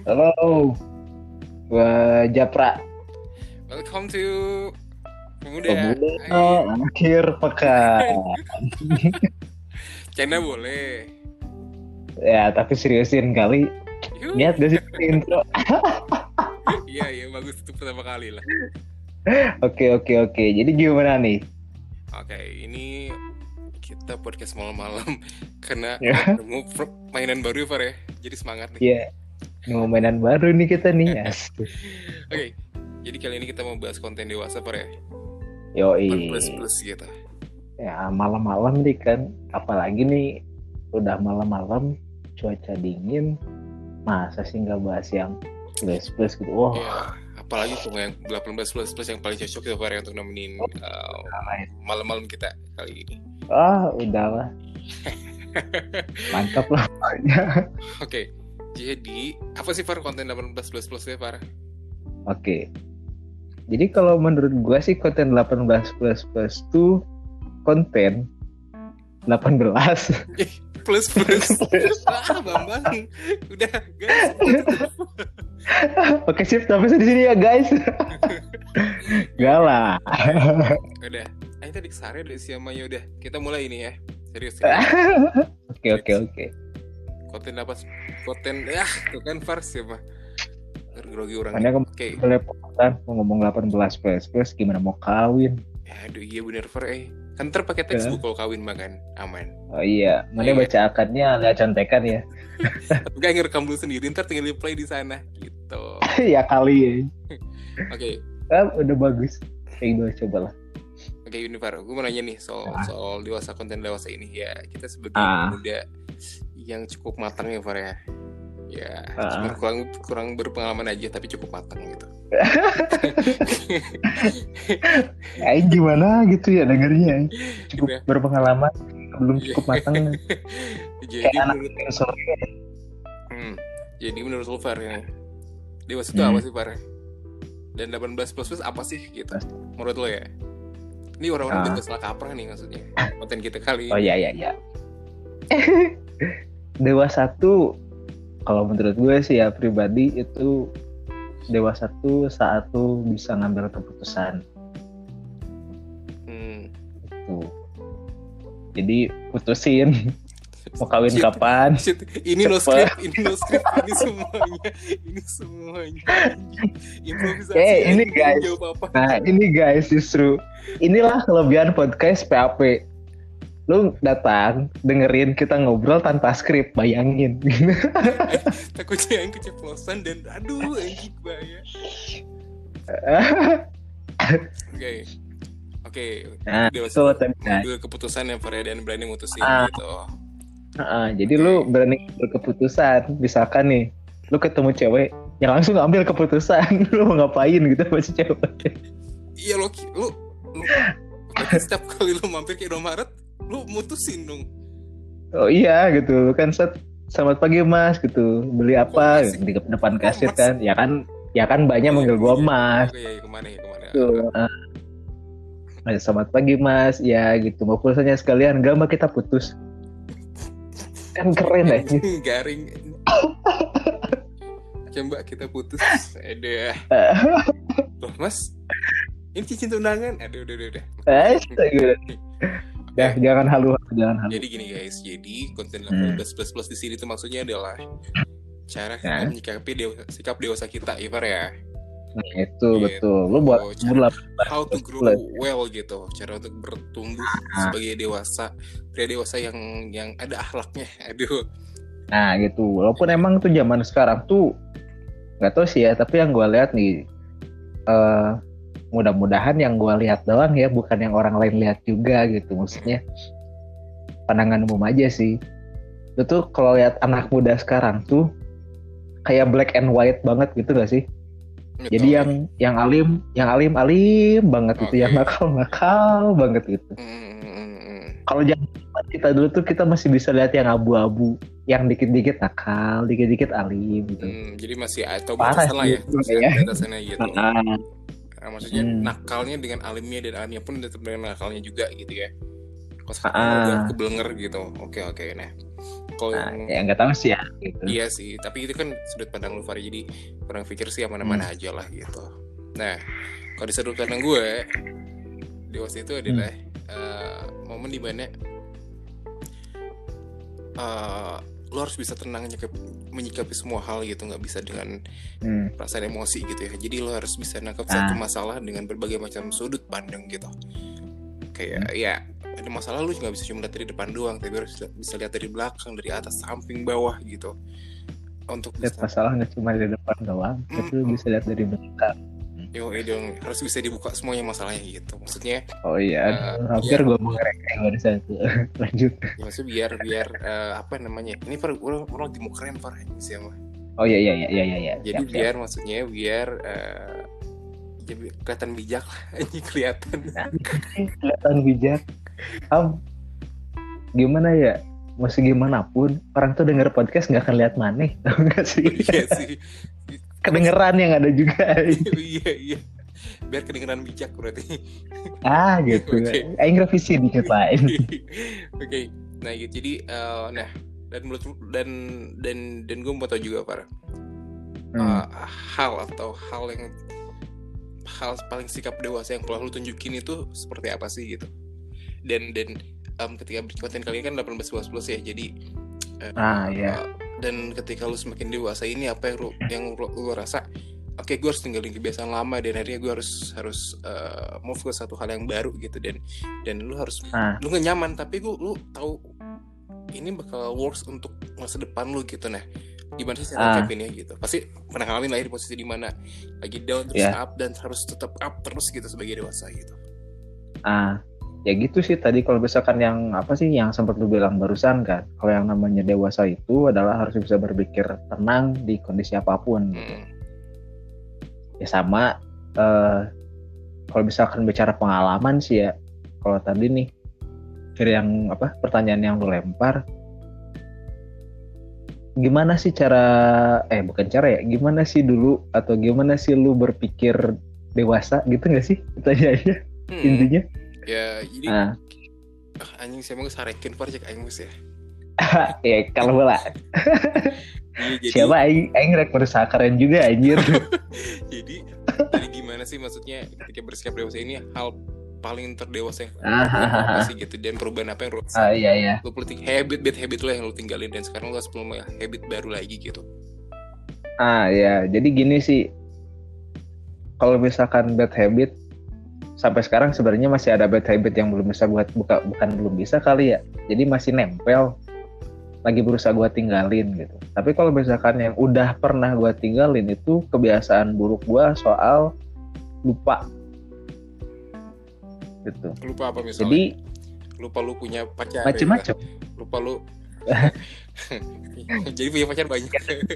Halo, gua Japra. Welcome to Pemuda. Pemuda Hai. akhir pekan. Canda boleh. Ya, tapi seriusin kali. Yuh. Niat gak sih intro? Iya, iya, bagus itu pertama kali lah. Oke. Jadi gimana nih? Oke, ini kita podcast malam-malam karena Ya, ketemu mainan baru ya, Far ya. Jadi semangat nih. ya, mau mainan baru nih kita nih. Asik. Oke, jadi kali ini kita mau bahas konten dewasa, Far ya. Yoi. Plus gitu. Ya, malam-malam nih kan. Apalagi nih, udah malam-malam, cuaca dingin. Masa sih nggak bahas yang plus gitu? Wah, Ya, apalagi tuh yang 18 plus yang paling cocok ya, Far ya, untuk nemenin malam-malam kita kali ini. udahlah. Mantap lah pokoknya. Oke, jadi apa sih, Far, konten 18 plus ya, Far? Oke. Jadi kalau menurut gue sih konten 18 plus tuh konten 18 Plus. Bambang. Udah, guys. Oke sip, sampai di sini ya guys. Gak lah. Udah. Tadi Sare udah siamanya udah. Kita mulai ini ya. Serius. Oke. Konten tuh kan Fars ya, mah. Grogi Makanya orangnya. Oke. kelepotan mau ngomong 18 plus gimana mau kawin. Aduh, iya bener, Far. Kan ntar pakai textbook kalau kawin makan aman. Oh iya, mana baca akadnya lihat contekan ya. Tapi gak ngerekam dulu sendiri, ntar tinggal di play di sana gitu. Ya kali ya. Oke. Udah bagus. Kayak gitu coba lah. Oke, Unifar, gue mau nanya nih soal dewasa, konten dewasa ini ya. Kita sebagai pemuda yang cukup matang ya, Far ya. Ya, cuma kurang berpengalaman aja, tapi cukup matang gitu. Gimana gitu ya dengarnya. Cukup berpengalaman, belum cukup matang. Jadi menurut lo, Far, ya, dewasa itu apa sih, Far? Dan 18 plus apa sih gitu menurut lo ya? Ini orang-orang juga salah kaprah nih maksudnya konten kita kali ini. Oh iya. Dewasa tuh kalau menurut gue sih ya pribadi itu dewasa tuh saat tuh bisa ngambil keputusan. Gitu. Jadi putusin mau kawin kapan. Ini no script, ini semuanya. Improvisasi. Ini guys. Nah, ini guys justru inilah kelebihan podcast PAP. Lu datang dengerin kita ngobrol tanpa skrip, bayangin. Takutnya yang keceplosan dan aduh anjing bahaya. Oke. Nah, dewasa ambil keputusan yang dan berani mutusin gitu. Jadi lu berani berkeputusan. Misalkan nih, lu ketemu cewek yang langsung ngambil keputusan, lu mau ngapain gitu sama si cewek. Iya, lu setiap kali lu mampir ke Indomaret, lu mutusin dong. Oh iya gitu, lu kan selamat pagi mas gitu, beli apa di depan kasir kan? Ya kan banyak manggil gua mas. Kemana? Tuh, selamat pagi mas, ya gitu. Mau pulsanya sekalian, enggak mbak kita putus. Kan keren aja. Garing. Mbak kita putus. Aduh. Loh mas, ini cincin tunangan. Aduh. Jangan halu. Jadi gini guys, konten 18 plus di sini tuh maksudnya adalah cara kita menyikapi sikap dewasa kita, Ivar ya. Nah, itu betul. Lu buat how to grow well gitu, cara untuk bertumbuh sebagai pria dewasa yang ada akhlaknya. Aduh. Nah gitu. Walaupun emang tuh zaman sekarang tuh nggak tahu sih ya, tapi yang gue lihat nih mudah-mudahan yang gue lihat doang ya, bukan yang orang lain lihat juga gitu. Maksudnya pandangan umum aja sih. Itu tuh kalau lihat anak muda sekarang tuh kayak black and white banget gitu gak sih? Betul. Jadi yang alim banget gitu, yang nakal banget gitu. Kalau zaman kita dulu tuh kita masih bisa lihat yang abu-abu, yang dikit-dikit nakal, dikit-dikit alim gitu. Jadi masih atau batasan lah ya, batasannya gitu. Maksudnya nakalnya dengan alimnya, dan alimnya pun dengan nakalnya juga gitu ya. Kalau udah kebelenger gitu. Oke. Nah, Kalau ya nggak tahu sih ya gitu. Iya sih, tapi itu kan sudut pandang lu Far, jadi orang pikir sih mana-mana aja lah gitu. Nah, kalau di sudut pandang gue, dewasa itu adalah momen dimana lo harus bisa tenang menyikapi semua hal gitu, nggak bisa dengan perasaan emosi gitu ya. Jadi lo harus bisa nangkap satu masalah dengan berbagai macam sudut pandang gitu. Kayak ya ada masalah lu nggak bisa cuma lihat dari depan doang, tapi harus bisa lihat dari belakang, dari atas, samping, bawah gitu. Untuk lihat masalah nggak cuma dari depan doang, tapi lu bisa lihat dari belakang. Yo, dong harus bisa dibuka semuanya masalahnya gitu. Maksudnya hampir gue mau ngereka dari satu. Lanjut. Ya, maksudnya biar apa namanya? Ini orang lagi mau keren Far ini siapa? Oh iya. Jadi biar maksudnya jadi kelihatan bijak lah, ini kelihatan bijak. Gimana ya? Mau segimana pun orang tuh denger podcast nggak akan lihat maneh, tau nggak sih? Iya sih. Kedengeran yang ada juga. Iya. Biar kedengeran bijak berarti. Gitu. Okay. Aing revisi dikit lain. Oke. Nah gitu. Jadi dan menurut dan gue mau tahu juga Farah. Hal paling sikap dewasa yang pernah lu tunjukin itu seperti apa sih gitu. Dan ketika konten kalian kan 18+ ya. Jadi dan ketika lu semakin dewasa ini apa yang lu rasa oke, gue harus tinggalin kebiasaan lama dan akhirnya gue harus move ke satu hal yang baru gitu, dan lu harus lu gak nyaman tapi lu tahu ini bakal works untuk masa depan lu gitu. Nah gimana sih cara ngapinnya gitu? Pasti pernah ngalamin lah di posisi dimana lagi down terus up dan harus tetap up terus gitu sebagai dewasa gitu. Ya gitu sih tadi kalau misalkan yang apa sih yang sempat lu bilang barusan kan, kalau yang namanya dewasa itu adalah harus bisa berpikir tenang di kondisi apapun gitu. Ya sama kalau misalkan bicara pengalaman sih ya, kalau tadi nih dari yang pertanyaan yang lu lempar, gimana sih gimana sih dulu atau gimana sih lu berpikir dewasa gitu nggak sih pertanyaannya intinya? Ya jadi anjing saya mau sarekin Far cek aing mus ya. Ya kalau bola. Siapa aing rek berusaha keren juga anjir. jadi gimana sih maksudnya ketika bersikap dewasa ini hal paling terdewasa yang sih gitu, dan perubahan apa yang lu lu politik bad habit lo yang lu tinggalin dan sekarang lu harus punya habit baru lagi gitu. Ya jadi gini sih, kalau misalkan bad habit sampai sekarang sebenarnya masih ada bad habit yang belum bisa gue bukan belum bisa kali ya, jadi masih nempel, lagi berusaha gue tinggalin gitu. Tapi kalau misalkan yang udah pernah gue tinggalin itu kebiasaan buruk gue soal lupa gitu. Lupa apa misalnya? Jadi lupa lu punya pacar. Macem-macem. Lupa lu jadi punya pacar banyak.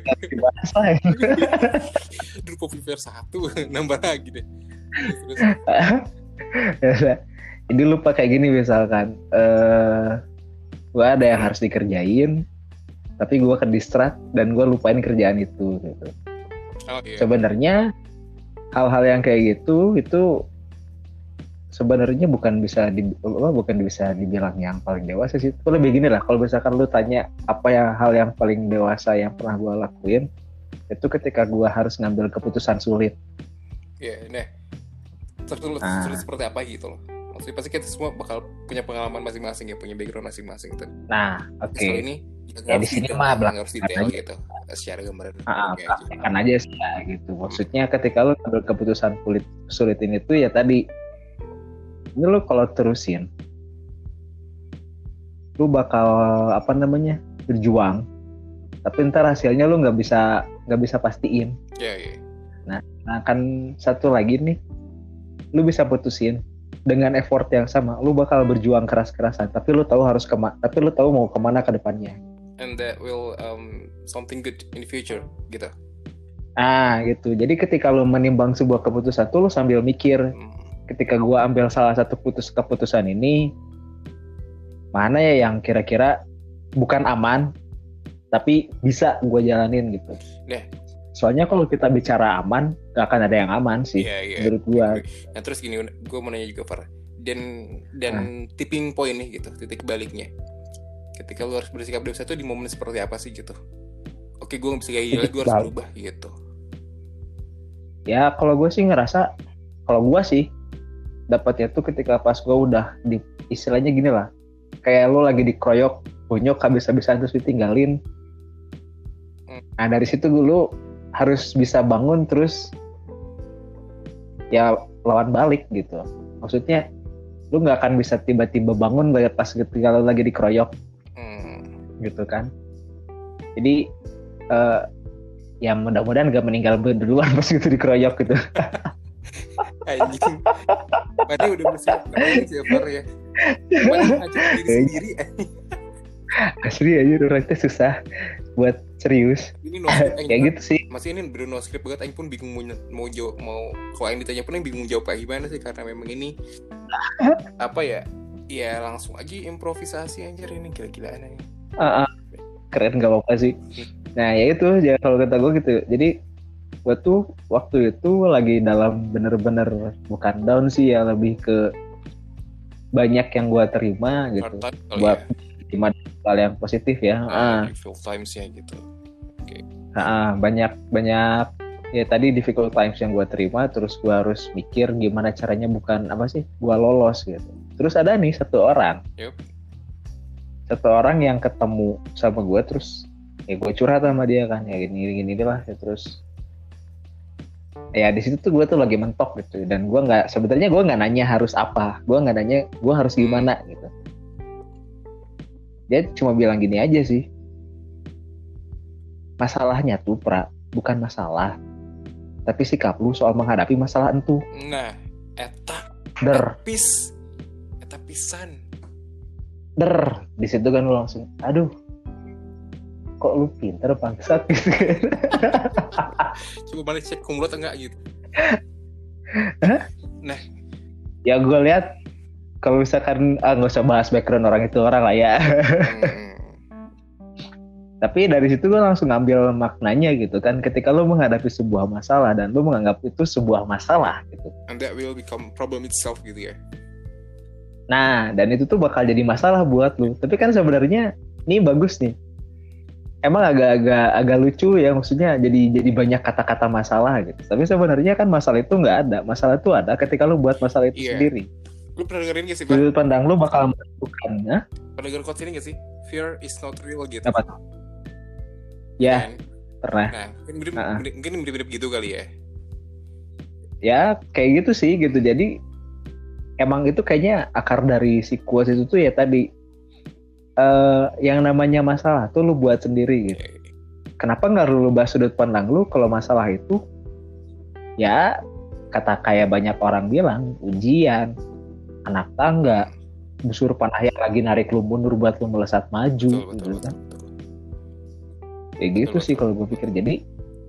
Lupa prepare 1 nambah lagi deh. Terus. Jadi lupa kayak gini misalkan gue ada yang harus dikerjain tapi gue ke distract dan gue lupain kerjaan itu gitu. Sebenarnya hal-hal yang kayak gitu itu sebenarnya bukan bisa dibilang yang paling dewasa sih. Itu lebih gini lah, kalau misalkan lu tanya apa hal yang paling dewasa yang pernah gue lakuin, itu ketika gue harus ngambil keputusan sulit. Sulit seperti apa gitu loh. Maksudnya pasti kita semua bakal punya pengalaman masing-masing ya, punya background masing-masing gitu. Oke. Ini ya di sini mah harus detail gitu, secara gambaran. Kan aja sih ya gitu. Maksudnya ketika lu ambil keputusan sulit ini tuh ya tadi, ini lu kalau terusin, lu bakal berjuang, tapi ntar hasilnya lu nggak bisa pastiin. Nah kan satu lagi nih, lu bisa putusin dengan effort yang sama, lu bakal berjuang keras-kerasan, tapi lu tahu mau kemana ke depannya. And that will something good in the future gitu. Gitu. Jadi ketika lu menimbang sebuah keputusan tuh lu sambil mikir, ketika gua ambil salah satu keputusan ini, mana ya yang kira-kira bukan aman tapi bisa gua jalanin gitu. Soalnya kalau kita bicara aman, gak akan ada yang aman sih, menurut gue. Nah terus gini, gue mau nanya juga Far. Dan tipping point nih gitu, titik baliknya. ketika lu harus bersikap dewasa itu di momen seperti apa sih gitu. Oke, gue gak bisa kayak gila, gue harus berubah gitu. Ya kalau gue sih ngerasa, kalau gue sih dapatnya tuh ketika pas gue udah di, istilahnya gini lah, kayak lu lagi dikeroyok bonyok habis-habisan terus ditinggalin. Nah dari situ dulu harus bisa bangun terus ya lawan balik gitu. Maksudnya lu nggak akan bisa tiba-tiba bangun pas ketika lu lagi dikeroyok gitu kan. Jadi ya mudah-mudahan gak meninggal duluan pas gitu dikeroyok gitu. Anjing. Padahal udah bersiap siapa ya. Padahal ngajak diri sendiri. Asli aja orangnya susah buat serius. Ini no script kayak gitu sih. Masih ini bener no script banget. Aing pun bingung mau jawab, kalau Aing ditanya pun Aing bingung jawab kayak gimana sih, karena memang ini apa ya? Ya langsung aja improvisasi anjir, ini gila-gilaan aja. Keren, gak apa-apa sih. Nah ya itu, ya kalau kata gue gitu. Jadi gue tuh waktu itu lagi dalam bener-bener bukan down sih ya, lebih ke banyak yang gue terima gitu. Buat terima hal yang positif ya. Difficult times ya gitu. Okay. Banyak ya tadi difficult times yang gue terima, terus gue harus mikir gimana caranya bukan apa sih gue lolos gitu. Terus ada nih satu orang yang ketemu sama gue, terus ya gue curhat sama dia kan, ya gini lah ya, terus ya di situ tuh gue tuh lagi mentok gitu, dan gue sebenarnya gue nggak nanya harus apa, gue nggak nanya gue harus gimana gitu. Dia cuma bilang gini aja sih, masalahnya tuh bukan masalah, tapi sikap lu soal menghadapi masalah itu. Nah, eta pisan. Di situ kan lu langsung, aduh, kok lu pinter bangsat gitu. Coba balik cek kumlot enggak gitu. Nah, ya gue lihat kalau misalkan nggak usah bahas background orang lah ya. Tapi dari situ gue langsung ngambil maknanya gitu kan, ketika lu menghadapi sebuah masalah dan lu menganggap itu sebuah masalah gitu. And that will become problem itself gitu ya. Nah, dan itu tuh bakal jadi masalah buat lu. Tapi kan sebenarnya ini bagus nih. Emang agak lucu ya, maksudnya jadi banyak kata-kata masalah gitu. Tapi sebenarnya kan masalah itu nggak ada. Masalah itu ada ketika lu buat masalah itu sendiri. Lu pernah dengerin gak sih, Pak? Sudut pandang lu bakal menentukan. Pernah denger quotes ini gak sih? Fear is not real gitu. Apa tuh? Ya, pernah. Nah, mungkin mirip-mirip gitu kali ya. Ya, kayak gitu sih gitu. Jadi emang itu kayaknya akar dari si quotes itu tuh ya tadi, yang namanya masalah tuh lu buat sendiri gitu. Kenapa nggak lu bahas sudut pandang lu kalau masalah itu? Ya kata kayak banyak orang bilang, ujian, anak tangga, busur panah yang lagi narik lu mundur buat lu melesat maju. Betul. Kayak gitu sih kalau gue pikir. Jadi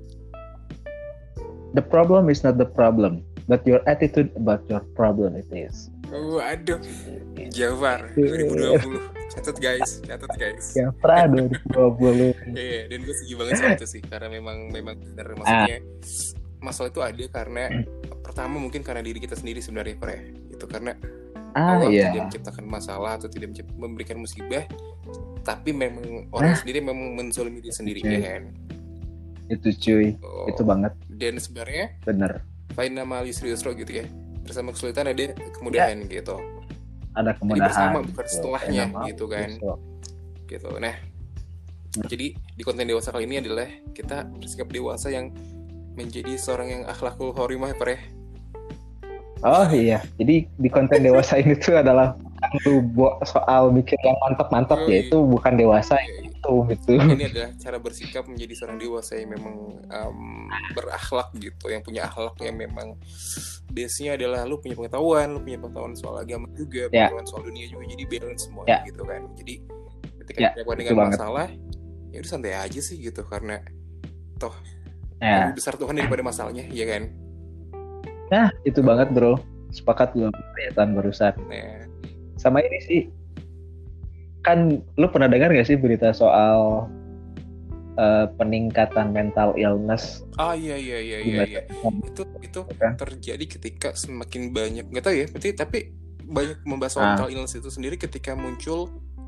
the problem is not the problem, but your attitude about your problem it is. Waduh, Jafar 2020. Catat guys. Jafar 2020. Iya, dan gue setuju banget soal itu sih, karena memang benar, maksudnya masalah itu ada karena pertama mungkin karena diri kita sendiri sebenarnya, Pak ya. Itu karena Allah tidak menciptakan masalah atau tidak memberikan musibah, tapi memang orang sendiri memang menzalimi diri sendiri ya kan. Itu cuy, itu banget. Dan sebenarnya bener. Faina ma'al yusri yusra gitu ya. Bersama kesulitan ada kemudahan gitu. Ada kemudahan. Jadi bersama bukan setelahnya gitu kan. Gitu. Nah, jadi di konten dewasa kali ini adalah kita bersikap dewasa yang menjadi seorang yang akhlakul horimah ya, Pak ya. Oh iya, jadi di konten dewasa ini tuh adalah soal mikir yang mantap-mantap, yaitu bukan dewasa itu gitu. Ini adalah cara bersikap menjadi seorang dewasa yang memang berakhlak gitu, yang punya akhlak yang memang base-nya adalah lu punya pengetahuan soal agama juga, pengetahuan soal dunia juga, jadi balance semuanya gitu kan. Jadi ketika kita dengan masalah, ya udah santai aja sih gitu, karena toh lebih besar Tuhan daripada masalahnya, ya kan? Nah, itu banget bro, sepakat gue pernyataan barusan. Sama ini sih, kan lu pernah dengar gak sih berita soal peningkatan mental illness? Iya. Itu terjadi ketika semakin banyak, nggak tahu ya, tapi banyak membahas soal mental illness itu sendiri ketika muncul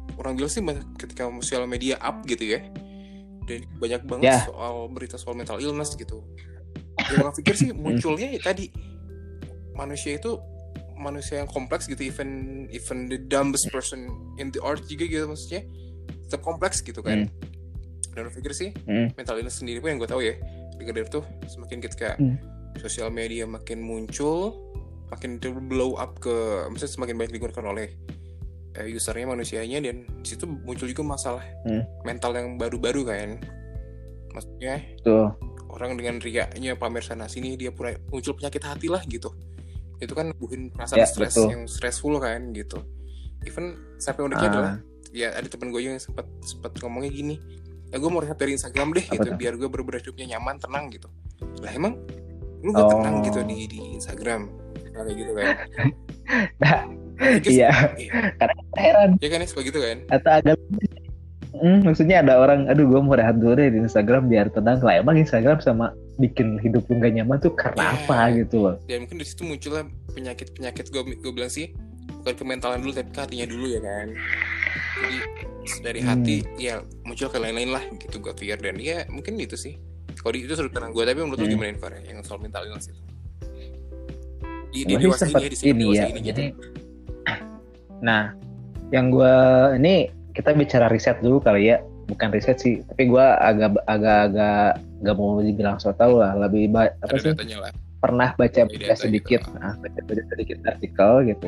orang bilang sih ketika sosial media up gitu ya, dan banyak banget soal berita soal mental illness gitu. Yang gue pikir sih munculnya ya tadi manusia itu manusia yang kompleks gitu, even the dumbest person in the earth juga gitu, maksudnya tetap kompleks gitu kan. Dan gue pikir sih mental illness sendiri pun yang gue tahu ya, dari itu semakin ketika sosial media makin muncul, makin blow up ke, maksudnya semakin banyak digunakan oleh usernya, manusianya, dan disitu muncul juga masalah mental yang baru-baru kan. Maksudnya orang dengan riaknya pamer sana sini, dia muncul penyakit hati lah gitu. Itu kan buhin perasaan stres yang stressful kan gitu. Even sampai uniknya adalah ya ada temen gue yang sempat ngomongnya gini, ya gue mau rehat dari Instagram deh gitu, biar gue bener-bener hidupnya nyaman, tenang gitu. Lah emang lu gak tenang gitu di Instagram kayak gitu kan? Nah, iya. Karena heran. Ya kan, suka gitu kan? Atau agak maksudnya ada orang, aduh gue mau rehat dulu deh di Instagram biar tenang. Lah emang Instagram sama bikin hidup lu gak nyaman tuh karena apa gitu loh. Dan mungkin di situ muncullah penyakit gue bilang sih, bukan ke mentalan dulu tapi ke hatinya dulu ya kan. Jadi dari hati ya muncul ke lain-lain lah gitu gue pikir. Dan ya mungkin itu sih, kalau itu sudut pandang gue. Tapi menurut lu gimana Far, yang soal mental illness itu di dewasa ini ya, di sini ya gitu. Jadi nah yang gue ini, kita bicara riset dulu kali ya, bukan riset sih, tapi gue agak gak mau dibilang so tau lah, lebih apa sih lah. Pernah baca sedikit gitu. Baca sedikit artikel gitu,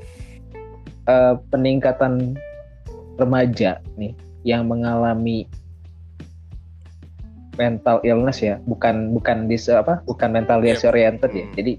peningkatan remaja nih yang mengalami mental illness ya, bukan mental disoriented ya, jadi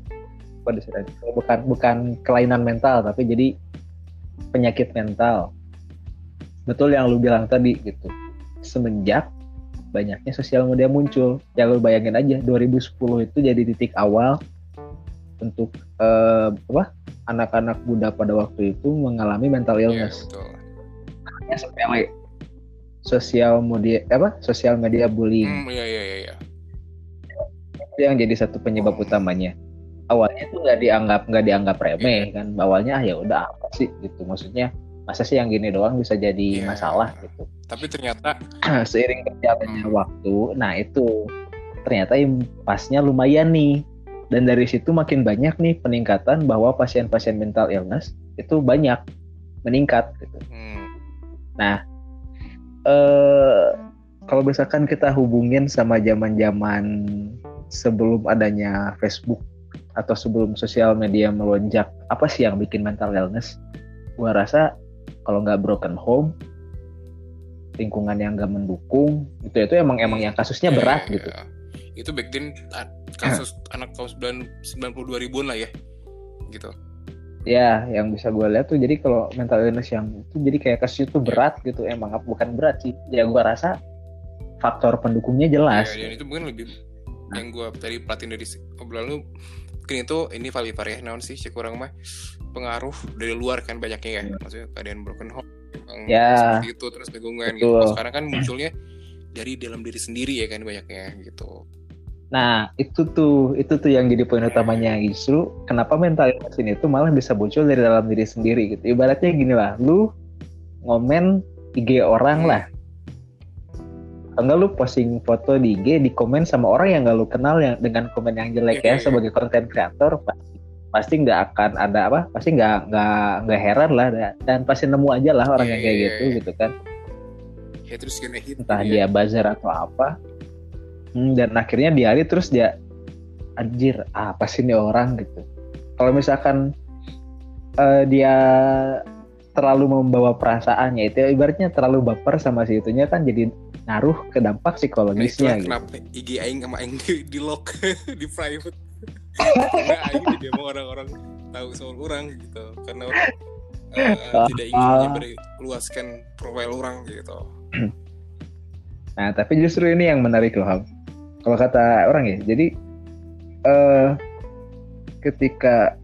bukan kelainan mental, tapi jadi penyakit mental. Betul yang lu bilang tadi gitu. Semenjak banyaknya sosial media muncul, ya lu bayangin aja 2010 itu jadi titik awal untuk anak-anak muda pada waktu itu mengalami mental illness. Karena sepele, sosial media bullying. Iya. Itu yang jadi satu penyebab utamanya. Awalnya tuh nggak dianggap remeh kan. Awalnya ya udah apa sih gitu, maksudnya masa sih yang gini doang bisa jadi masalah gitu. Tapi ternyata seiring berjalannya waktu, nah itu ternyata impasnya lumayan nih. Dan dari situ makin banyak nih peningkatan bahwa pasien-pasien mental illness itu banyak meningkat gitu. Nah, kalau misalkan kita hubungin sama zaman-zaman sebelum adanya Facebook atau sebelum sosial media melonjak, apa sih yang bikin mental illness? Gua rasa kalau nggak broken home, lingkungan yang nggak mendukung, itu emang yang kasusnya berat gitu. Itu back then kasus anak tahun 92 ribuan lah ya, gitu. Ya, yang bisa gue lihat tuh, jadi kalau mental illness yang itu jadi kayak kasus itu berat gitu, emang bukan berat sih. Ya gue rasa faktor pendukungnya jelas. Dan itu mungkin lebih yang gue tadi perhatiin dari obrolan lu, mungkin itu ini Far ya, naon sih kurang mah pengaruh dari luar kan banyaknya ya, maksudnya keadaan broken home seperti itu, terus bingungan gitu. Sekarang kan munculnya dari dalam diri sendiri ya kan banyaknya gitu. Nah itu tuh yang jadi poin utamanya, justru kenapa mental illness ini tuh malah bisa muncul dari dalam diri sendiri gitu. Ibaratnya gini lah, lu ngomen IG orang lah, enggak lu posting foto di IG, di komen sama orang yang nggak lu kenal yang dengan komen yang jelek sebagai content creator, pasti nggak akan ada pasti nggak heran lah, dan pasti nemu aja lah orang yang kayak gitu kan. Ya terus kena hit, entah dia buzzer atau apa, dan akhirnya terus dia anjir apa sih ini orang gitu. Kalau misalkan dia terlalu membawa perasaannya, itu ibaratnya terlalu baper sama si itunya kan, jadi naruh ke dampak psikologisnya. Nah, kenapa IG aing sama aing di lock di private? Karena aing tidak mau orang-orang tahu soal orang gitu, karena orang tidak ingin menyebarluaskan profil orang gitu. Nah tapi justru ini yang menarik loh Ham, kalau kata orang ya. Jadi ketika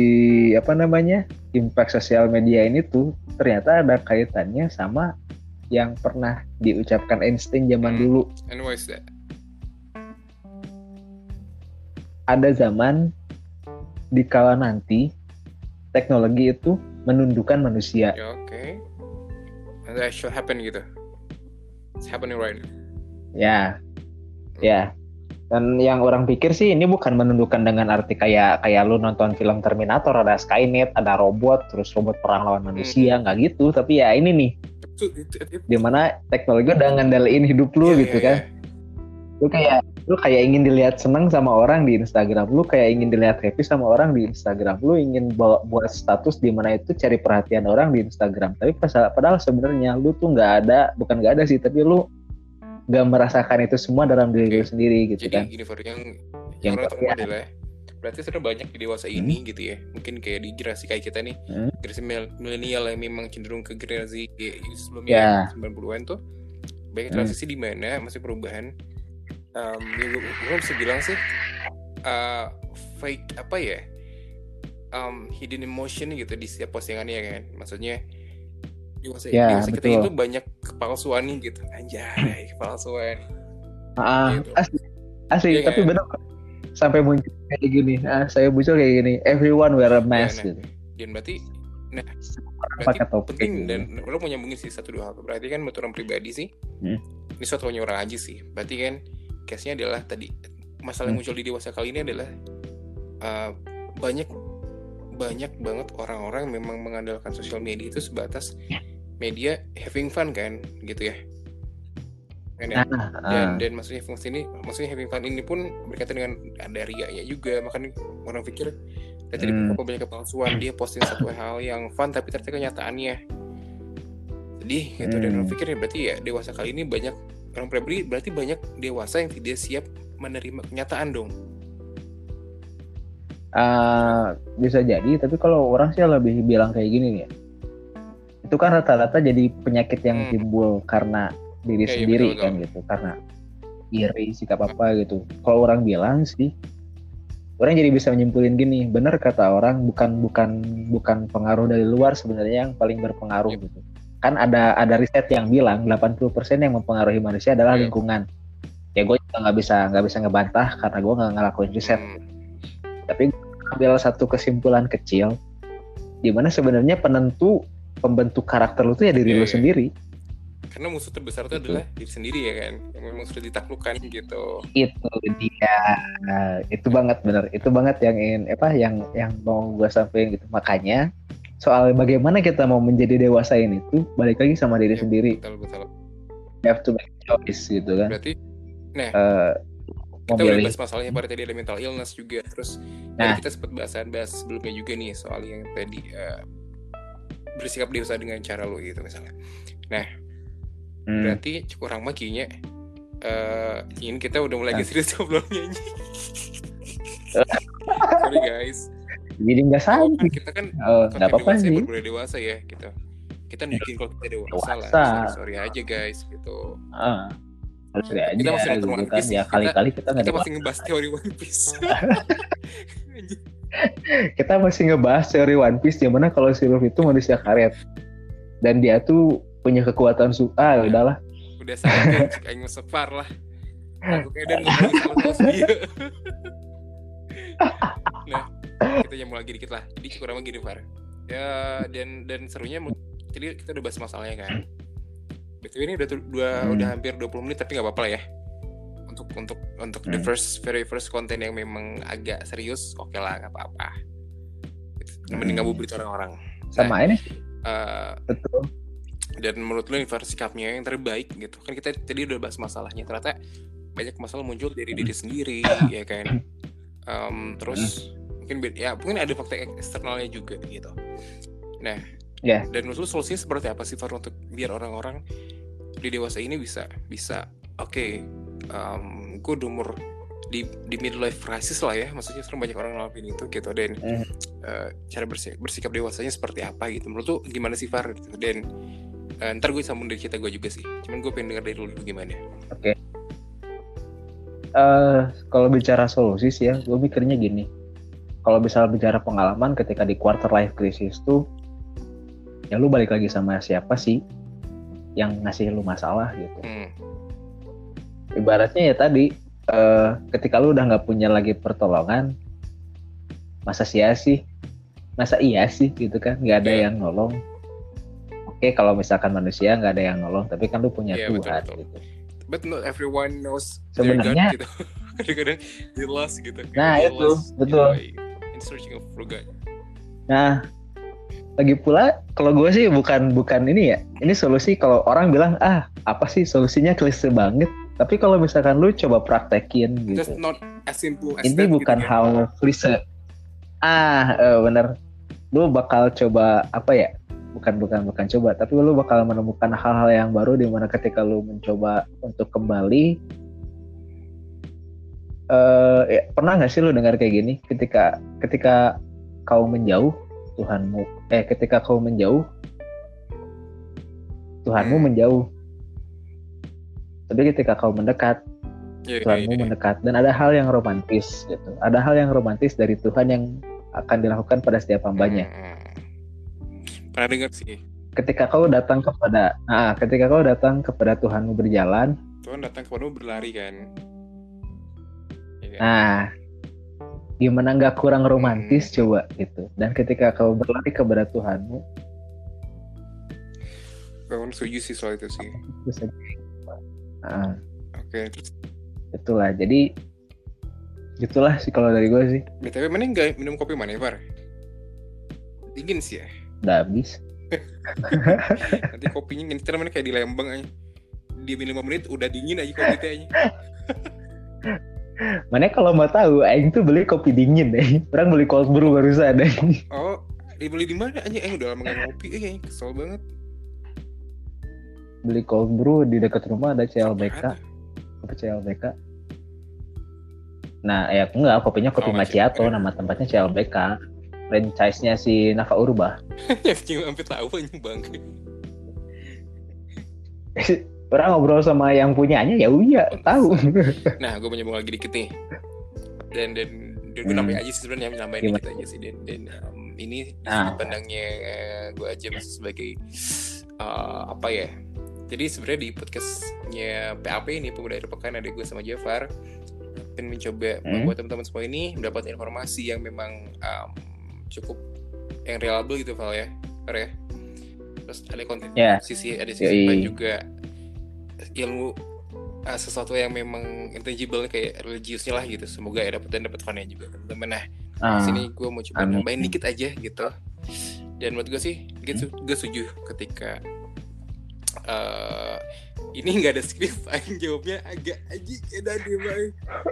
impact sosial media ini tuh ternyata ada kaitannya sama yang pernah diucapkan Einstein zaman dulu. And why is that? Ada zaman dikala nanti teknologi itu menundukkan manusia. Oke. that should happen gitu. It's happening right now. Ya. Dan yang orang pikir sih ini bukan menundukkan dengan arti kayak lu nonton film Terminator, ada Skynet, ada robot, terus robot perang lawan manusia, nggak gitu. Tapi ya ini nih, dimana teknologi udah ngandalin hidup lu gitu kan. Lu kayak ingin dilihat seneng sama orang di Instagram, lu kayak ingin dilihat happy sama orang di Instagram, lu ingin buat status di mana itu cari perhatian orang di Instagram. Tapi padahal sebenarnya lu tuh bukan nggak ada sih, tapi lu nggak merasakan itu semua dalam diri lu sendiri gitu. Jadi, kan. Jadi yang orang temukan adalah berarti sudah banyak di dewasa ini gitu ya. Mungkin kayak di generasi kayak kita nih, generasi milenial yang memang cenderung ke generasi sebelumnya 90-an tuh banyak transisi di mana masih perubahan. Gue bisa bilang sih fake apa ya, hidden emotion gitu di setiap postingannya kan. Maksudnya dewasa kita itu banyak kepalsuan nih gitu, anjay, kepalsuan. Gitu. Asli ya, tapi kan? Benar sampai muncul kayak gini. Saya muncul kayak gini, everyone wear a mask gitu. Dan berarti penting dan lo mau nyambungin sih satu dua hal. Berarti kan menurut orang pribadi sih, ini suatu orang aja sih. Berarti kan case-nya adalah tadi masalah yang muncul di dewasa kali ini adalah banyak banget orang-orang memang mengandalkan sosial media itu sebatas media having fun kan gitu ya. Dan maksudnya having fun ini pun berkaitan dengan ada riaknya juga. Makanya orang pikir tadi beberapa banyak kepalsuan, dia posting satu hal yang fun tapi ternyata kenyataannya sedih gitu. Dan orang pikir berarti ya dewasa kali ini banyak orang pribadi, berarti banyak dewasa yang tidak siap menerima kenyataan dong. Bisa jadi, tapi kalau orang sih lebih bilang kayak gini nih, itu kan rata-rata jadi penyakit yang timbul karena diri sendiri betul. Kan gitu, karena iri sikap apa gitu. Kalau orang bilang sih, orang jadi bisa menyimpulin gini, benar kata orang, bukan pengaruh dari luar sebenarnya yang paling berpengaruh gitu. Kan ada riset yang bilang 80% yang mempengaruhi manusia adalah lingkungan. Ya gue juga nggak bisa ngebantah karena gue nggak ngelakuin riset. Tapi ambil satu kesimpulan kecil, di mana sebenarnya pembentuk karakter lu tuh ya diri lu sendiri. Karena musuh terbesar itu adalah diri sendiri ya kan, yang memang sudah ditaklukkan gitu. Itu dia, itu banget benar, itu banget yang mau gue sampaikan gitu. Makanya soal bagaimana kita mau menjadi dewasa ini tuh balik lagi sama diri sendiri. Betul. You have to make choice gitu kan. Berarti, kita udah bahas masalahnya pada tadi ada mental illness juga. Terus kita sempat bahas sebelumnya juga nih soal yang tadi bersikap dewasa dengan cara lo gitu misalnya. Nah, berarti kurang makinya ini kita udah mulai serius sebelumnya ini. Sorry guys. Jadi nggak salah. Kita kan nggak apa-apa sih. Berbeda dewasa ya gitu. Kita nunjukin kalau kita dewasa lah. Sorry aja guys gitu. Kita masih nonton One Piece ya, kali-kali kita masih ngebahas teori One Piece. Kita masih ngebahas teori One Piece di mana kalau si Luffy itu manusia karet dan dia tuh punya kekuatan udahlah. Udah saya kayak ngesepar lah. Aku kayak udah ngomongin dia. Nah, kita nyambung lagi dikit lah. Jadi kurang lagi nih Far. Ya dan serunya jadi kita udah bahas masalahnya kan. BTW ini udah hampir 20 menit tapi nggak apa-apa lah ya. Untuk the very first konten yang memang agak serius, oke lah nggak apa-apa. Mending ngabuburit orang-orang. Sama ini. Betul. Dan menurut lo sikapnya yang terbaik gitu kan, kita tadi udah bahas masalahnya, ternyata banyak masalah muncul dari diri sendiri ya kan. Terus mungkin ada faktor eksternalnya juga gitu. Nah, dan menurut lo solusinya seperti apa sih Far untuk biar orang-orang di dewasa ini bisa gue udah umur di midlife crisis lah ya, maksudnya sering banyak orang ngalamin itu gitu. Dan cara bersikap dewasanya seperti apa gitu menurut lo gimana sih Far gitu. Dan ntar gue sambung dari cerita gue juga sih, cuman gue pengen denger dari lu gimana. Oke. Kalau bicara solusi sih ya, gue mikirnya gini, kalau misalnya bicara pengalaman ketika di quarter life crisis tuh, ya lu balik lagi sama siapa sih yang ngasih lu masalah gitu. Ibaratnya ya tadi, ketika lu udah nggak punya lagi pertolongan, masa iya sih gitu kan, nggak ada yang nolong. Oke, kalau misalkan manusia nggak ada yang nolong, tapi kan lu punya Tuhan. Betul. Gitu. But not everyone knows sebenarnya God, gitu. Kadang-kadang they lost gitu. Nah itu betul. In searching of God. Nah, lagi pula kalau gue sih bukan ini ya. Ini solusi kalau orang bilang apa sih solusinya klise banget. Tapi kalau misalkan lu coba praktekin gitu. Just not as simple as ini that, bukan gitu, hal klise. Bener. Lu bakal coba apa ya? Bukan coba, tapi lu bakal menemukan hal-hal yang baru di mana ketika lu mencoba untuk kembali. Pernah nggak sih lu dengar kayak gini? Ketika kau menjauh, Tuhanmu. Ketika kau menjauh, Tuhanmu menjauh. Tapi ketika kau mendekat, Tuhanmu mendekat. Dan ada hal yang romantis gitu. Ada hal yang romantis dari Tuhan yang akan dilakukan pada setiap hambanya. Pernah dengar sih. Ketika kau datang kepada Tuhanmu berjalan, Tuhan datang kepadamu berlari kan. Nah, gimana nggak kurang romantis coba gitu. Dan ketika kau berlari kepada Tuhanmu, kau setuju sih soal itu sih. Oke, terus itulah. Jadi itulah sih kalau dari gue sih. BTW mana nggak minum kopi mana Far? Dingin sih ya. Udah habis. Nanti kopinya ngincer mana kayak di Lembang aja. Di 5 menit udah dingin aja kopi tehnya. Mana kalau mau tahu, Aing tuh beli kopi dingin deh. Orang beli cold brew barusan deh. Oh, dibeli di mana aja? Udah lama nggak ngopi, kesel banget. Beli cold brew di dekat rumah ada CLBK. Kopi CLBK. Nah, enggak, kopinya kopi macchiato, nama tempatnya CLBK. Franchise-nya si Nava Urba. Cuma sampai tahu aja bang. Orang ngobrol sama yang punyanya ya uya tahu. Nah, gue menyambung lagi dikit nih. Dan gue nambahin aja sih sebenarnya, nambahin dikit aja sih. Dan ini dari pandangnya gue aja masih sebagai apa ya? Jadi sebenarnya di podcastnya PAP ini Pemuda Akhir Pekan ada gue sama Jafar dan mencoba membuat teman-teman semua ini mendapat informasi yang memang cukup yang reliable gitu Val ya, ya. Terus ada konten sisi lain juga ilmu sesuatu yang memang intangible kayak religiusnya lah gitu. Semoga ya dapat funnya juga teman-teman. Nah, sini gue mau coba nambahin dikit aja gitu. Dan menurut gue sih, gue setuju ketika ini nggak ada skrip, Aing jawabnya agak aja kayak dia bang.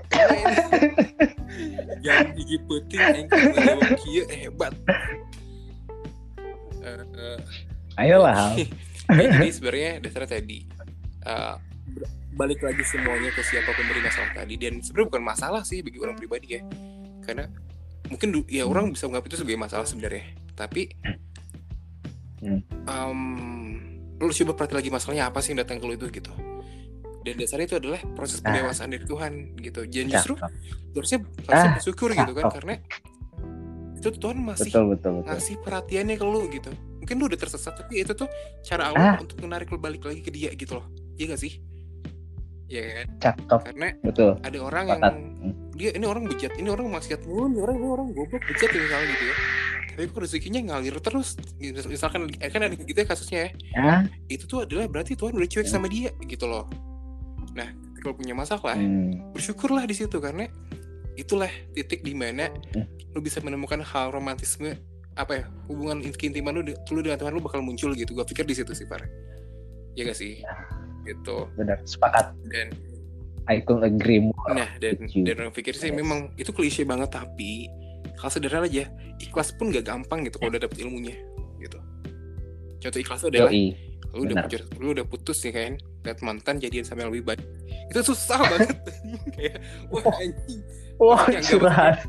Jangan gigi putih, Aing jawab kia hebat. Ayolah. Jadi sebenarnya dasarnya tadi balik lagi semuanya ke siapa pemberi masalah tadi, dan sebenarnya bukan masalah sih bagi orang pribadi ya, karena mungkin ya orang bisa menganggap itu sebagai masalah sebenarnya, tapi lu coba perhati lagi masalahnya apa sih yang datang ke lu itu gitu. Dan dasarnya itu adalah proses pendewasaan dari Tuhan gitu. Dan justru harusnya bersyukur gitu kan, karena itu Tuhan masih betul. ngasih perhatiannya ke lu gitu. Mungkin lu udah tersesat, tapi itu tuh cara Allah untuk menarik lu balik lagi ke dia gitu loh. Iya gak sih? Iya kan? Karena ada orang yang dia ini orang bejat, ini orang maksiat mulu, ini orang goblok bejat misalnya gitu ya. Tapi kok rezekinya ngalir terus. Misalkan kan ada gitu ya kasusnya ya. Itu tuh adalah berarti Tuhan udah cuek sama dia gitu loh. Nah, kalau punya masalah, bersyukurlah di situ, karena itulah titik di mana lu bisa menemukan hal romantisme, apa ya, hubungan keintiman lu dengan Tuhan lu bakal muncul gitu. Gue pikir di situ sih, Par. Ya gak sih? Gitu. Benar, sepakat. Dan I couldn't agree more. Nah, dan orang pikir sih memang itu klise banget, tapi hal sederhana aja, ikhlas pun gak gampang gitu kalau udah dapet ilmunya gitu. Contoh ikhlas itu adalah lu udah putus nih kan, lihat mantan jadian sama yang lebih baik, itu susah banget. Kayak wah anjing, curhat.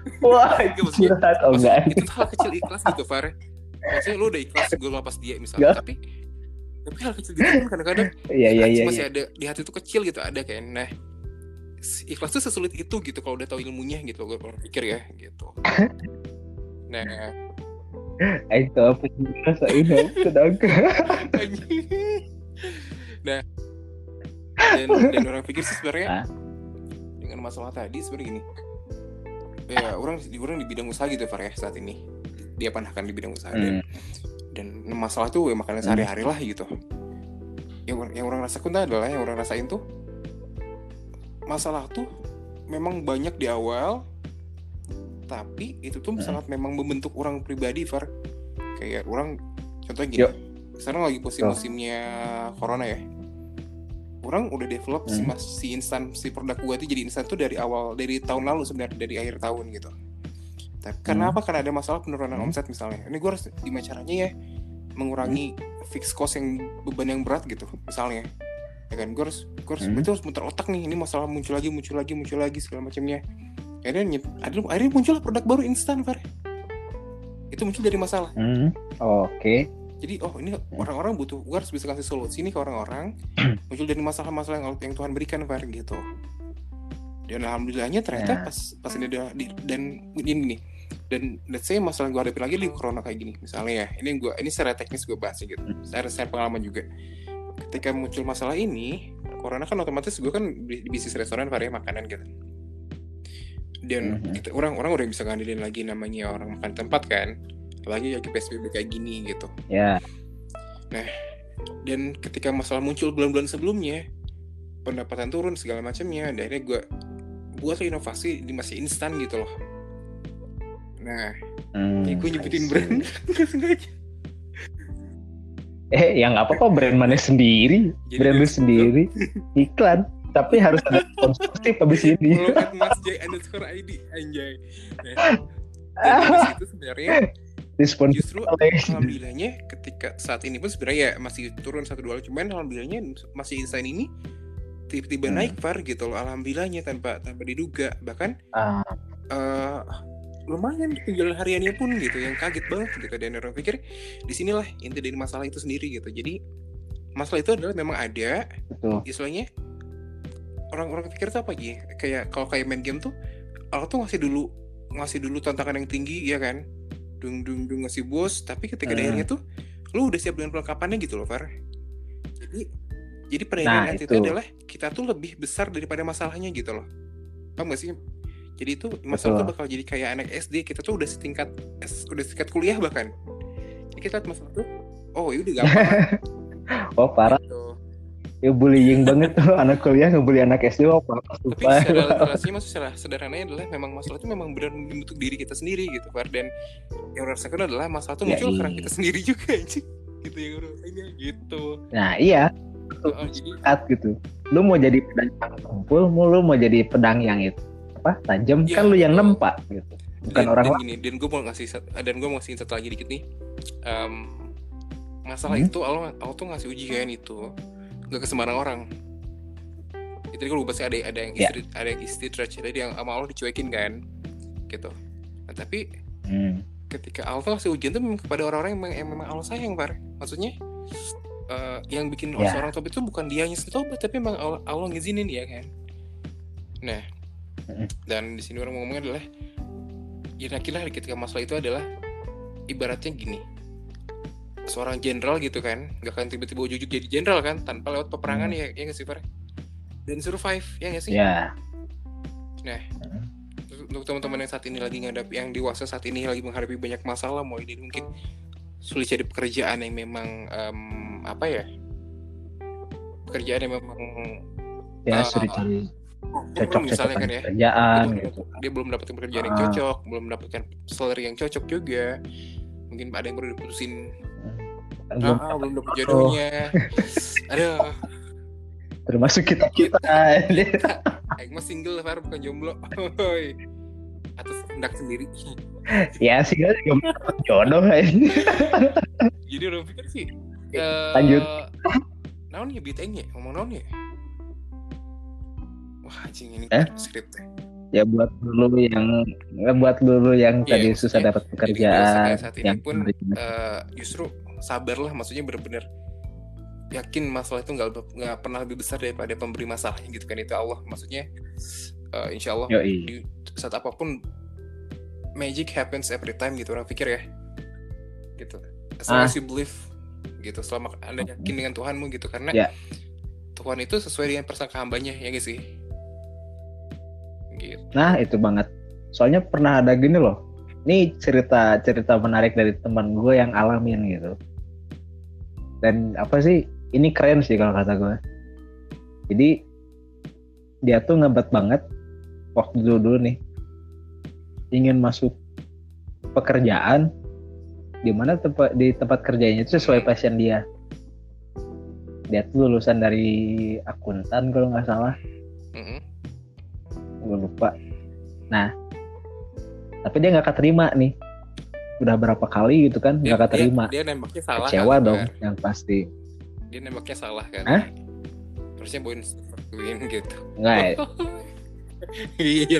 Oh enggak, itu hal kecil ikhlas gitu Far. Maksudnya lu udah ikhlas gue lepas dia misalnya, tapi hal kecil gitu kan kadang-kadang masih ada di hati itu kecil gitu, ada kan. Nah, ikhlas tuh sesulit itu gitu kalau udah tahu ilmunya gitu, gue pikir ya gitu. Nah, itu apa sih ini sedangkan. Nah, dan orang pikir sih sebenarnya dengan masalah tadi sebenarnya gini. Ya, orang di bidang usaha gitu Far ya saat ini. Dia panahkan di bidang usaha Dan masalah tuh makanan sehari-hari lah gitu. Yang orang rasakan adalah yang orang rasain tuh masalah tuh memang banyak di awal, tapi itu tuh sangat memang membentuk orang pribadi, Far. Kayak orang contohnya gini. Sekarang lagi musim-musimnya corona ya. Orang udah develop si instan, si produk gua tuh jadi instan tuh dari tahun lalu sebenarnya, dari akhir tahun gitu. Tapi karena apa? Karena ada masalah penurunan omset misalnya. Ini gue harus gimana caranya ya mengurangi fixed cost yang beban yang berat gitu misalnya. Ya kan, gue harus muter otak nih. Ini masalah muncul lagi segala macamnya. Akhirnya muncul produk baru instan, Far. Itu muncul dari masalah. Oke. Jadi ini orang-orang butuh, gue harus bisa kasih solusi nih ke orang-orang. Muncul dari masalah-masalah yang Tuhan berikan, Far, gitu. Dan alhamdulillahnya ternyata pas ini ada dan ini nih. Dan let's say masalah yang gue hadapi lagi di corona kayak gini misalnya ya, ini secara teknis gue bahas gitu, saya pengalaman juga. Ketika muncul masalah ini corona kan otomatis gue kan di bisnis restoran varian makanan gitu, dan orang udah bisa ngandelin lagi namanya orang makan tempat kan, apalagi lagi PSBB kayak gini gitu. Nah, dan ketika masalah muncul bulan-bulan sebelumnya, pendapatan turun segala macamnya, dan akhirnya gue buat inovasi di masih instan gitu loh. Nah, gue nyebutin brand nggak sengaja. Yang apa-apa brand mana sendiri, brand lu sendiri, iklan. Tapi harus ada sponsorship habis ini. Kalau kan Mas J_ID anjay. Nah, itu sebenarnya justru alhamdulillahnya ketika saat ini pun sebenarnya ya masih turun 1-2, cuman alhamdulillahnya masih instan ini tiba-tiba naik, Far, gitu loh. Alhamdulillahnya tanpa diduga, bahkan lumayan penjualan hariannya pun gitu, yang kaget banget gitu. Dan orang pikir disinilah inti dari masalah itu sendiri gitu. Jadi masalah itu adalah memang ada. Istilahnya orang-orang pikir tuh apa gitu, kayak kalau kayak main game tuh Allah tuh ngasih dulu tantangan yang tinggi ya kan, dung ngasih bos, tapi ketika akhirnya tuh lu udah siap dengan perlengkapannya gitu loh, Far. Jadi pada itu adalah kita tuh lebih besar daripada masalahnya gitu loh, paham gak sih? Jadi itu masalah tuh bakal jadi kayak anak SD, kita tuh udah setingkat kuliah bahkan. Jadi kita lihat masalah tuh, ya udah gampang. Parah. Gitu. Ya bullying banget tuh anak kuliah ngebully anak SD. Parah. Tapi secara sederhananya adalah memang masalah itu memang benar membentuk diri kita sendiri gitu, Far. Dan yang rasakan adalah masalah tuh muncul karena kita sendiri juga aja. Gitu yang rasainnya gitu. Nah, iya. Jadi gitu. Lu mau jadi pedang yang tumpul, lu mau jadi pedang yang itu tajam, kan lu yang nempak gitu, bukan orang lain. Dan gue mau ngasih satu lagi dikit nih. Masalah itu Allah tuh ngasih ujian itu gak ke sembarang orang. Itu kan bahasnya ada yang istidraj, jadi yang sama Allah dicuekin kan gitu. Nah, tapi ketika Allah ngasih ujian tuh kepada orang-orang yang memang Allah sayang, Par. Maksudnya yang bikin seorang tobat itu bukan dianya tobat, tapi memang Allah ngizinin ya kan. Nah, dan di sini orang ngomongnya adalah yakinlah ketika masalah itu adalah ibaratnya gini, seorang jenderal gitu kan, nggak akan tiba-tiba ujug-ujug jadi jenderal kan tanpa lewat peperangan ya nggak sih, Far? Dan survive ya nggak sih? Nah, untuk teman-teman yang saat ini lagi ngadep, yang dewasa saat ini lagi menghadapi banyak masalah, mulai dari mungkin sulit cari pekerjaan yang memang pekerjaan yang memang sulit cari cocok misalnya kan ya, pekerjaan gitu. Dia belum mendapatkan pekerjaan yang cocok, belum mendapatkan salary yang cocok juga, mungkin ada yang baru diputusin, belum dapat jodohnya. Aduh, termasuk kita Aing mah single, Far, bukan jomblo. Atas kehendak sendiri. Ya single juga dapat jodoh. Jadi orang pikir sih lanjut naon ya bitengnya ngomong naon ya. Wah, anjing ini skrip teh. Ya buat dulu yang tadi susah dapat pekerjaan. Saat ini pun justru sabarlah, maksudnya benar-benar yakin masalah itu nggak pernah lebih besar daripada pemberi masalahnya gitu kan, itu Allah. Maksudnya insya Allah di saat apapun magic happens every time gitu orang pikir ya gitu. As long as you believe gitu, selama Anda yakin dengan Tuhanmu gitu, karena Tuhan itu sesuai dengan persangka hambanya ya guys sih gitu. Nah itu banget, soalnya pernah ada gini loh, Ini cerita menarik dari teman gue yang alamin gitu. Dan apa sih? Ini keren sih kalau kata gue. Jadi dia tuh ngebet banget waktu dulu nih ingin masuk pekerjaan di mana di tempat kerjanya itu sesuai passion dia. Dia tuh lulusan dari akuntan kalau nggak salah. Gue lupa. Nah, tapi dia nggak keterima nih. Udah berapa kali gitu kan nggak keterima. Dia nembaknya salah. Kecewa dong yang pasti. Dia nembaknya salah kan. Hah? Terusnya Boeing gitu. Enggak. Iya.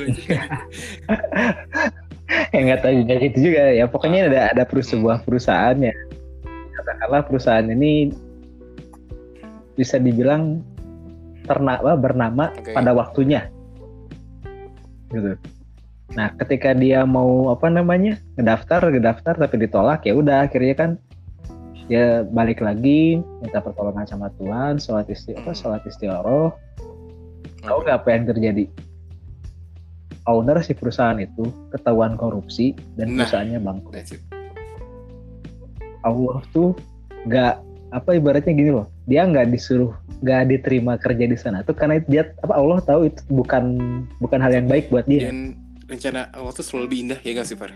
Ya nggak tahu juga gitu juga ya. Pokoknya ada sebuah perusahaan ya. Katakanlah perusahaan ini bisa dibilang bernama pada waktunya. Gitu. Nah, ketika dia mau ngedaftar tapi ditolak, ya udah akhirnya kan dia balik lagi minta pertolongan sama Tuhan, sholat istigharah. Tahu nggak apa yang terjadi? Owner si perusahaan itu ketahuan korupsi dan perusahaannya bangkrut. Allah tuh nggak ibaratnya gini loh, dia nggak diterima kerja di sana tuh karena dia Allah tahu itu bukan hal yang baik buat dia. Dan rencana Allah tuh selalu lebih indah, ya nggak sih, Far?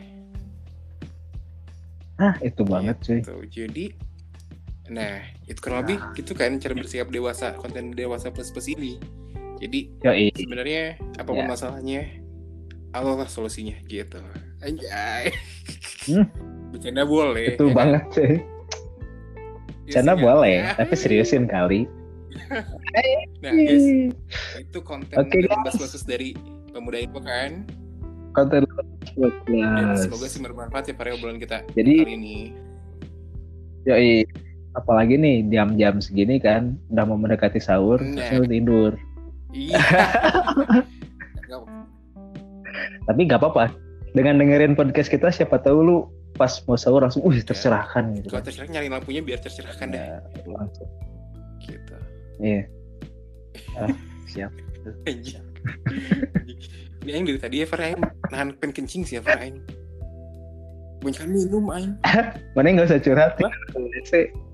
Itu banget cuy. Jadi, nah itu kurang lebih gitu kan cara bersikap dewasa, konten dewasa plus ini. Jadi sebenarnya apapun masalahnya, Allah lah solusinya gitu. Anjay. Bercanda boleh. Itu banget sih. Bercanda boleh, tapi seriusin kali. Nah guys, itu konten bahas-bahas dari Pemuda Info kan. Konten semoga sih bermanfaat ya para obrolan kita jadi, kali ini. Apalagi nih jam-jam segini kan, udah mau mendekati sahur, terus tidur. Iya. Tapi nggak apa-apa. Dengan dengerin podcast kita, siapa tahu lu pas mau sahur langsung, tercerahkan gitu. Kalau tercerahkan nyari lampunya biar tercerahkan deh. Langsung. Gitu. Iya. Siap. Ini Aing dari tadi ya, Far, Aing nahan pengen kencing sih ya, Far, Aing. Banyak minum, Aing. Mana nggak usah curhat, tinggal ke WC.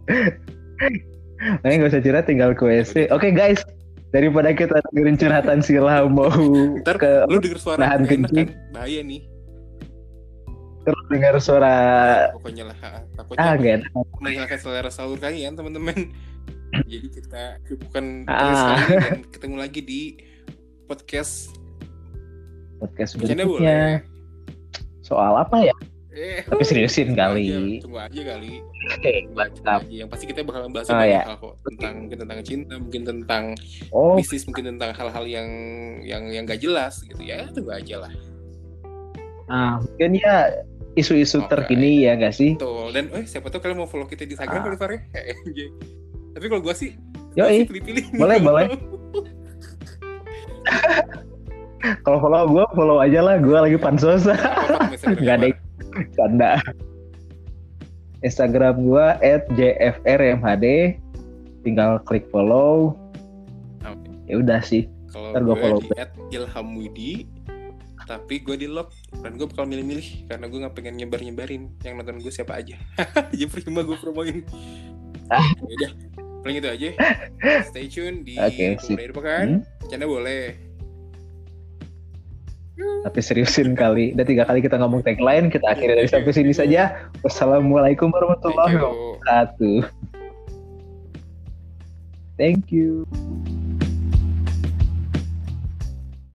Mana nggak usah curhat, tinggal ke WC. Oke guys, daripada kita dengerin curhatan Sila mau ntar, ke lu denger suara nahan kencing, kan? Bahaya nih. Terus dengar suara pokoknya lah, takutnya gak enak. menghilangkan selera sahur kalian, teman-teman. Jadi kita bukan sekali dan ketemu lagi di podcast berikutnya. Soal apa ya? Tapi seriusin kali. Tunggu aja kali. Mantap. Yang pasti kita bakal bahas banyak hal kok, tentang cinta, mungkin tentang bisnis, mungkin tentang hal-hal yang gak jelas gitu ya. Tunggu aja lah. Mungkin ya isu-isu terkini ya gak sih? Betul. Dan siapa tahu kalian mau follow kita di Instagram kali, Far, ya? Tapi kalau gue sih pilih-pilih. Boleh. Kalau follow aja lah, gue lagi pansos. Gak ada canda. Instagram gue @jfrmhd, tinggal klik follow. Ya udah sih. Kalau gue di @ilhamwidi, tapi gue di lock dan gue bakal milih-milih karena gue nggak pengen nyebarin yang nonton gue siapa aja. Jadi percuma gue promoin. Udah, paling itu aja. Stay tune di Pemuda Info kan. Bercanda boleh. Tapi seriusin kali. Udah 3 kali kita ngomong tagline, kita akhiri dari sampai sini saja. Wassalamualaikum warahmatullahi wabarakatuh. Thank you.